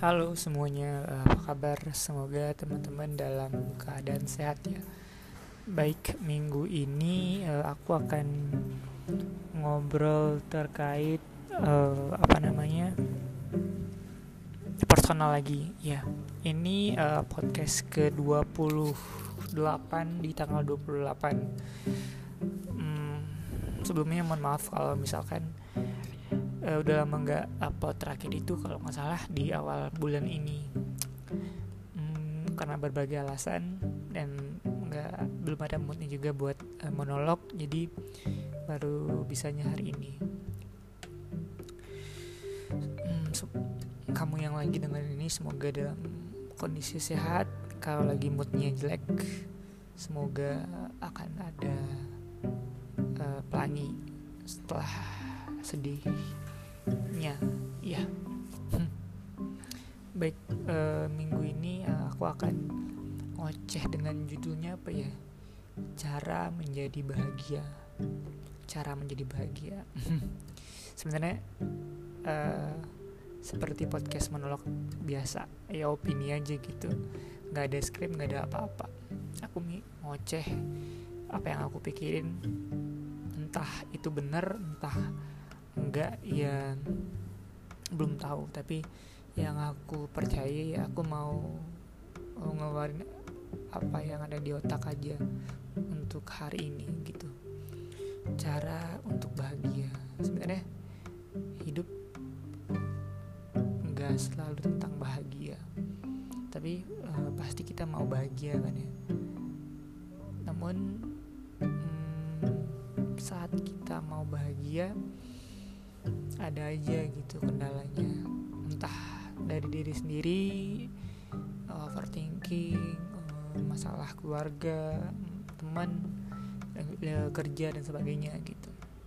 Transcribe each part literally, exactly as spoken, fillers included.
Halo semuanya, eh, apa kabar? Semoga teman-teman dalam keadaan sehat ya. Baik, minggu ini eh, aku akan ngobrol terkait eh, apa namanya personal lagi ya. Ini eh, podcast ke dua puluh delapan di tanggal dua puluh delapan. Hmm, sebelumnya mohon maaf kalau misalkan uh, udah lama nggak upload. Terakhir itu kalau nggak salah di awal bulan ini, hmm, karena berbagai alasan dan nggak belum ada moodnya juga buat uh, monolog, jadi baru bisanya hari ini. hmm, so, kamu yang lagi dengerin ini semoga dalam kondisi sehat. Kalau lagi moodnya jelek, semoga akan ada uh, pelangi setelah sedihnya ya. hmm. Baik, uh, minggu ini uh, aku akan ngoceh dengan judulnya apa ya, cara menjadi bahagia. Cara menjadi bahagia. Sebenarnya uh, seperti podcast monolog biasa ya, opini aja gitu, nggak ada skrip, nggak ada apa-apa. Aku ngoceh apa yang aku pikirin, entah itu benar entah enggak ya belum tahu, tapi yang aku percaya ya aku mau ngeluarin apa yang ada di otak aja untuk hari ini gitu. Cara untuk bahagia, sebenarnya hidup enggak selalu tentang bahagia, tapi uh, pasti kita mau bahagia kan ya. Namun hmm, saat kita mau bahagia ada aja gitu kendalanya, entah dari diri sendiri, overthinking, masalah keluarga, teman, kerja dan sebagainya gitu.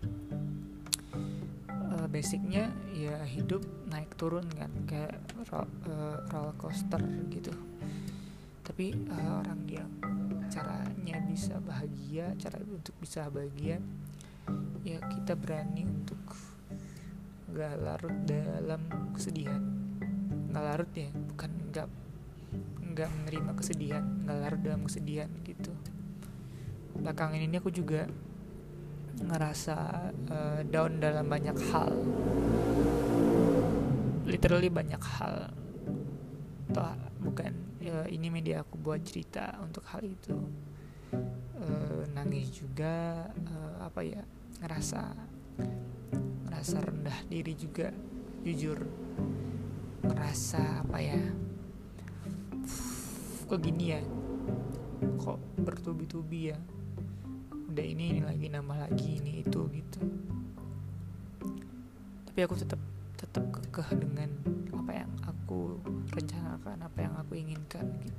Basicnya ya hidup naik turun kan, kayak roller coaster gitu. Tapi uh, orang yang caranya bisa bahagia, cara untuk bisa bahagia ya kita berani untuk gak larut dalam kesedihan. Gak larut ya, bukan gak gak menerima kesedihan, gak larut dalam kesedihan gitu. Belakangan ini aku juga ngerasa uh, down dalam banyak hal, literally banyak hal. Toh bukan ya, ini media aku buat cerita untuk hal itu. uh, Nangis juga, uh, apa ya, ngerasa ngerasa rendah diri juga, jujur ngerasa apa ya, kok gini ya, kok bertubi-tubi ya, udah ini ini lagi nambah lagi ini itu gitu. Tapi aku tetap tetap kekeh dengan apa yang aku rencanakan, apa yang aku inginkan gitu.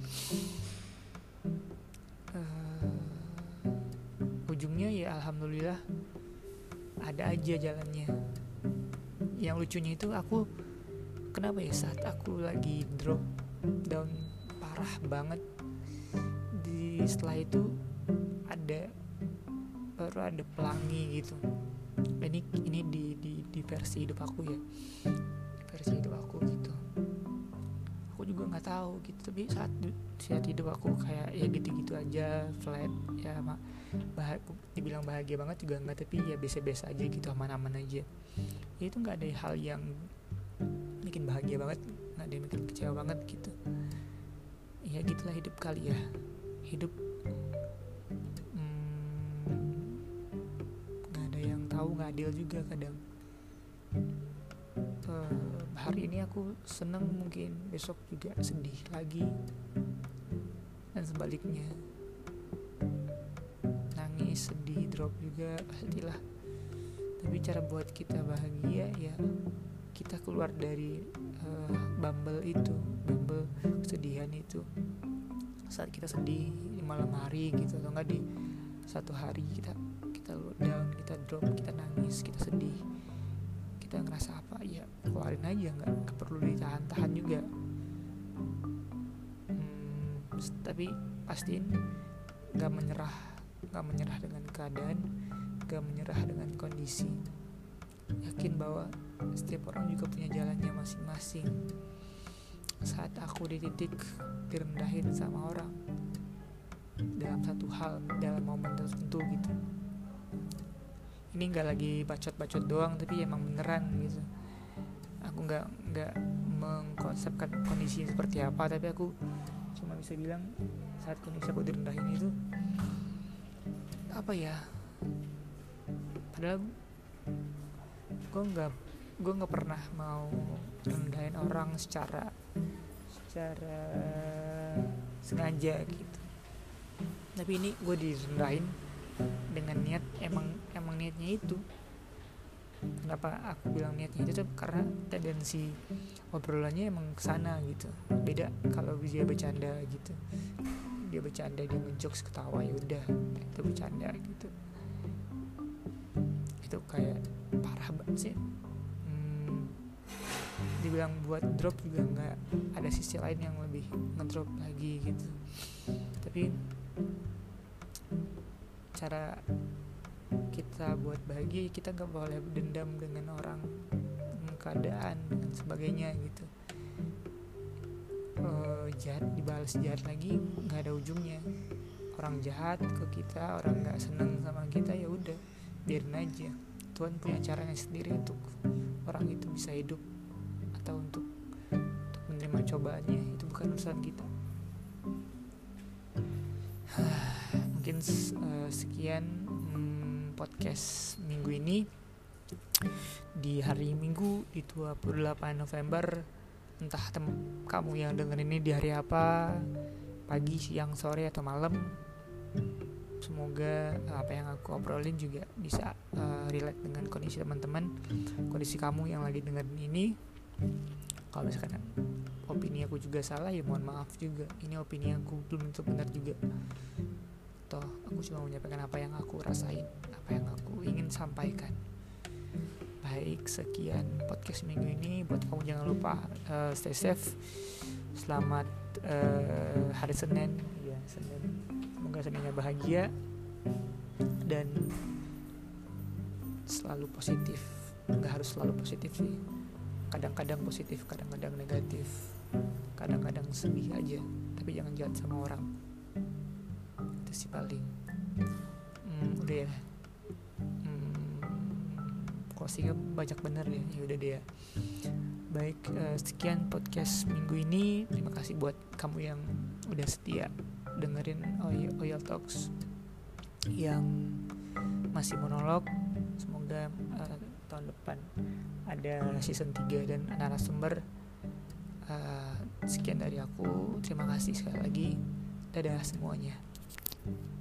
uh, ujungnya ya alhamdulillah ada aja jalannya. Yang lucunya itu aku kenapa ya, saat aku lagi drop down parah banget, di setelah itu ada baru ada pelangi gitu. Ini ini di di di versi hidup aku ya, di versi hidup aku gitu. Aku juga nggak tahu gitu, tapi saat saat hidup aku kayak ya gitu-gitu aja, flat ya, mak bah- dibilang bahagia banget juga nggak, tapi ya biasa-biasa aja gitu, aman-aman aja. Ya itu nggak ada hal yang bikin bahagia banget, nggak ada yang bikin kecewa banget gitu. Ya gitulah hidup kali ya, hidup nggak hmm, ada yang tahu, nggak adil juga kadang. Uh, hari ini aku seneng, mungkin besok juga sedih lagi, dan sebaliknya. Nangis, sedih, drop juga pastilah. Tapi cara buat kita bahagia ya kita keluar dari uh, bubble itu, bubble kesedihan itu. Saat kita sedih di malam hari gitu, atau enggak di satu hari kita kita down, kita drop, kita nangis, kita sedih, kita ngerasa apa ya keluarin aja, nggak, nggak perlu ditahan-tahan juga. hmm, tapi pastiin nggak menyerah, nggak menyerah dengan keadaan, nggak menyerah dengan kondisi. Yakin bahwa setiap orang juga punya jalannya masing-masing. saat aku di titik direndahin sama orang dalam satu hal, dalam momen tertentu gitu. Ini nggak lagi bacot-bacot doang, tapi emang beneran gitu. Aku nggak nggak mengkonsepkan kondisi seperti apa, tapi aku cuma bisa bilang saat kondisi aku direndahin itu apa ya, padahal gue nggak gue nggak pernah mau rendahin orang secara secara sengaja gitu, tapi ini gue direndahin dengan niat, emang emang niatnya itu. Kenapa aku bilang niatnya itu tuh karena tendensi obrolannya emang kesana gitu. Beda kalau dia bercanda gitu, dia bercanda, dia ngejokes, ketawa, ya udah itu bercanda gitu. Itu kayak parah banget sih. hmm, dibilang buat drop juga nggak ada sisi lain yang lebih ngedrop lagi gitu. Tapi cara kita buat bahagia, kita gak boleh dendam dengan orang, keadaan dan sebagainya gitu. uh, Jahat dibalas jahat lagi, gak ada ujungnya. Orang jahat ke kita, orang gak seneng sama kita, ya udah biarin aja. Tuhan punya caranya sendiri untuk orang itu bisa hidup atau untuk untuk menerima cobaannya. Itu bukan urusan kita. Mungkin uh, sekian podcast minggu ini di hari Minggu di dua puluh delapan November. Entah tem- kamu yang dengerin ini di hari apa, pagi, siang, sore, atau malam. Semoga apa yang aku obrolin juga bisa uh, relate dengan kondisi teman-teman, kondisi kamu yang lagi dengerin ini. Kalau misalkan opini aku juga salah, ya mohon maaf juga. Ini opini aku belum tentu benar juga. Toh aku cuma menyampaikan apa yang aku rasain, apa yang aku ingin sampaikan. Baik, sekian podcast minggu ini. Buat kamu jangan lupa uh, stay safe. Selamat uh, hari Senin, ya Senin. Semoga Seninnya bahagia dan selalu positif. Nggak harus selalu positif sih. Kadang-kadang positif, kadang-kadang negatif, kadang-kadang sedih aja. Tapi jangan jahat sama orang. Itu sih paling. Hmm, udah ya. Hmm, closingnya banyak bener ya. Ya udah deh ya. Baik, uh, sekian podcast minggu ini. Terima kasih buat kamu yang udah setia dengerin Oil, Oil Talks yang masih monolog. Semoga uh, tahun depan ada season tiga dan narasumber. uh, Sekian dari aku. Terima kasih sekali lagi. Dadah semuanya.